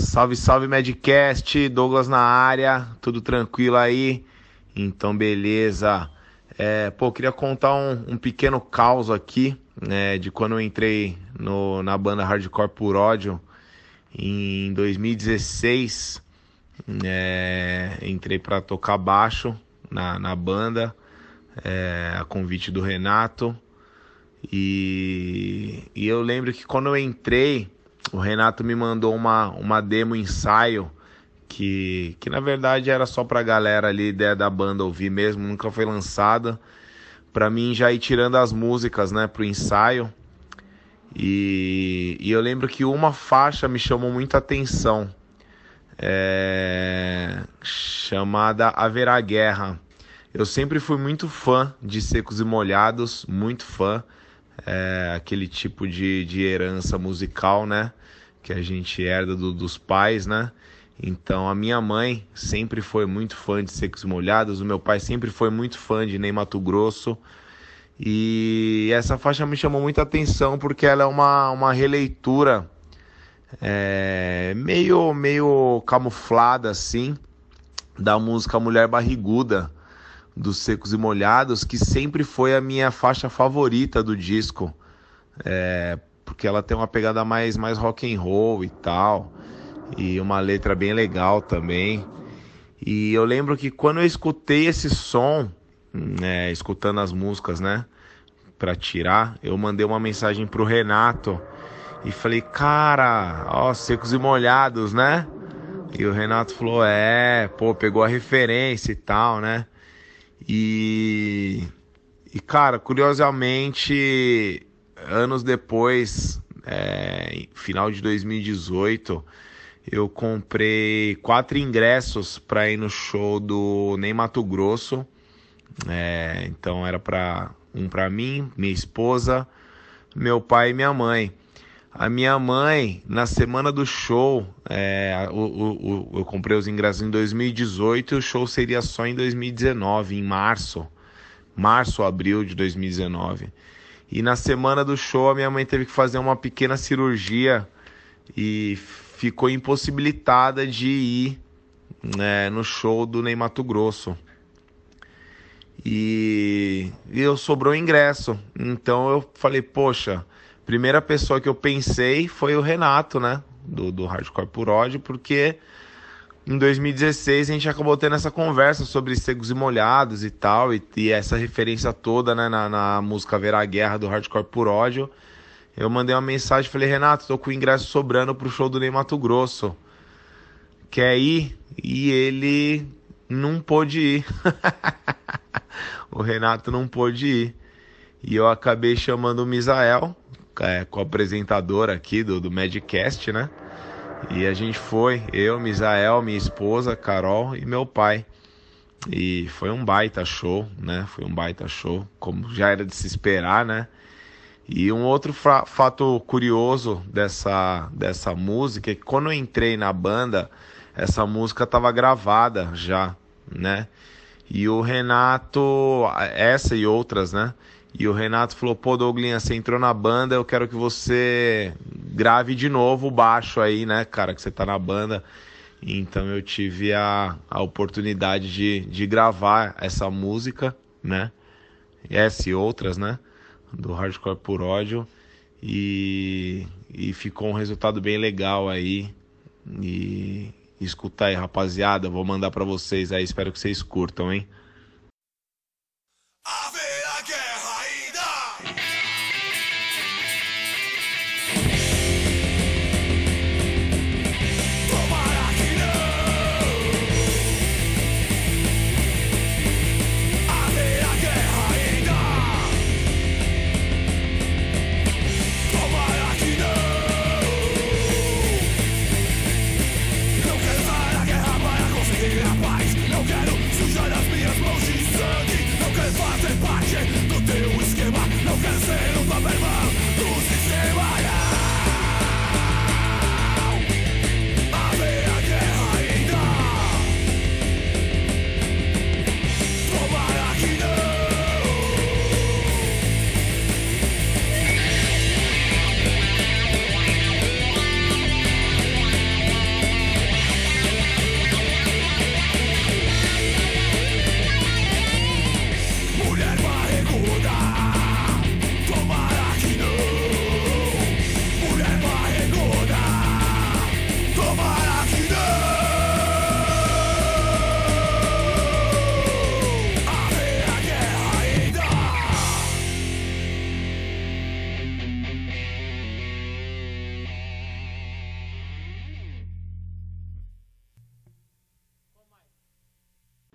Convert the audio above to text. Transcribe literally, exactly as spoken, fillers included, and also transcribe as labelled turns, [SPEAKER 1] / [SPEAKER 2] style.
[SPEAKER 1] Salve, salve, Madcast, Douglas na área, tudo tranquilo aí? Então, beleza. É, pô, queria contar um, um pequeno caos aqui, né, de quando eu entrei no, na banda Hardcore por Ódio em dois mil e dezesseis. É, entrei para tocar baixo na, na banda, é, a convite do Renato. E, e eu lembro que quando eu entrei, o Renato me mandou uma, uma demo ensaio, que, que na verdade era só pra galera ali, ideia da banda ouvir mesmo, nunca foi lançada, pra mim já ir tirando as músicas, né, pro ensaio. E, e eu lembro que uma faixa me chamou muita atenção, é, chamada Haverá Guerra. Eu sempre fui muito fã de Secos e Molhados, muito fã. É, aquele tipo de, de herança musical, né, que a gente herda do, dos pais, né. Então a minha mãe sempre foi muito fã de Secos e Molhados, o meu pai sempre foi muito fã de Ney Matogrosso, e essa faixa me chamou muita atenção porque ela é uma, uma releitura é, meio, meio camuflada assim da música Mulher Barriguda dos Secos e Molhados, que sempre foi a minha faixa favorita do disco, é, porque ela tem uma pegada mais, mais rock and roll e tal, e uma letra bem legal também. E eu lembro que quando eu escutei esse som, né, escutando as músicas, né, pra tirar, eu mandei uma mensagem pro Renato e falei, cara, ó, Secos e Molhados, né? E o Renato falou, é, pô, pegou a referência e tal, né? E, e cara, curiosamente, anos depois, é, final de dois mil e dezoito, eu comprei quatro ingressos para ir no show do Ney Matogrosso. É, então era para um para mim, minha esposa, meu pai e minha mãe. A minha mãe, na semana do show, é, o, o, o, eu comprei os ingressos em dois mil e dezoito e o show seria só em dois mil e dezenove, em março. Março, abril de dois mil e dezenove. E na semana do show, a minha mãe teve que fazer uma pequena cirurgia e ficou impossibilitada de ir, né, no show do Ney Matogrosso. E, e eu sobrou ingresso. Então eu falei, poxa... Primeira pessoa que eu pensei foi o Renato, né, do, do Hardcore por Ódio, porque em dois mil e dezesseis a gente acabou tendo essa conversa sobre Secos e Molhados e tal, e, e essa referência toda, né, na, na música Haverá Guerra do Hardcore por Ódio. Eu mandei uma mensagem e falei, Renato, tô com o ingresso sobrando pro show do Ney Matogrosso, quer ir? E ele não pôde ir. O Renato não pôde ir. E eu acabei chamando o Misael, é, co-apresentador aqui do, do Madcast, né? E a gente foi, eu, Misael, minha esposa, Carol e meu pai. E foi um baita show, né? Foi um baita show, como já era de se esperar, né? E um outro fa- fato curioso dessa, dessa música é que quando eu entrei na banda, essa música estava gravada já, né? E o Renato, essa e outras, né? E o Renato falou, pô, Douglinha, você entrou na banda, eu quero que você grave de novo o baixo aí, né, cara, que você tá na banda. Então eu tive a, a oportunidade de, de gravar essa música, né, essa e outras, né, do Hardcore por Ódio. E, e ficou um resultado bem legal aí. E escuta aí, rapaziada, vou mandar pra vocês aí, espero que vocês curtam, hein.
[SPEAKER 2] Não quero sujar as minhas mãos. mudar.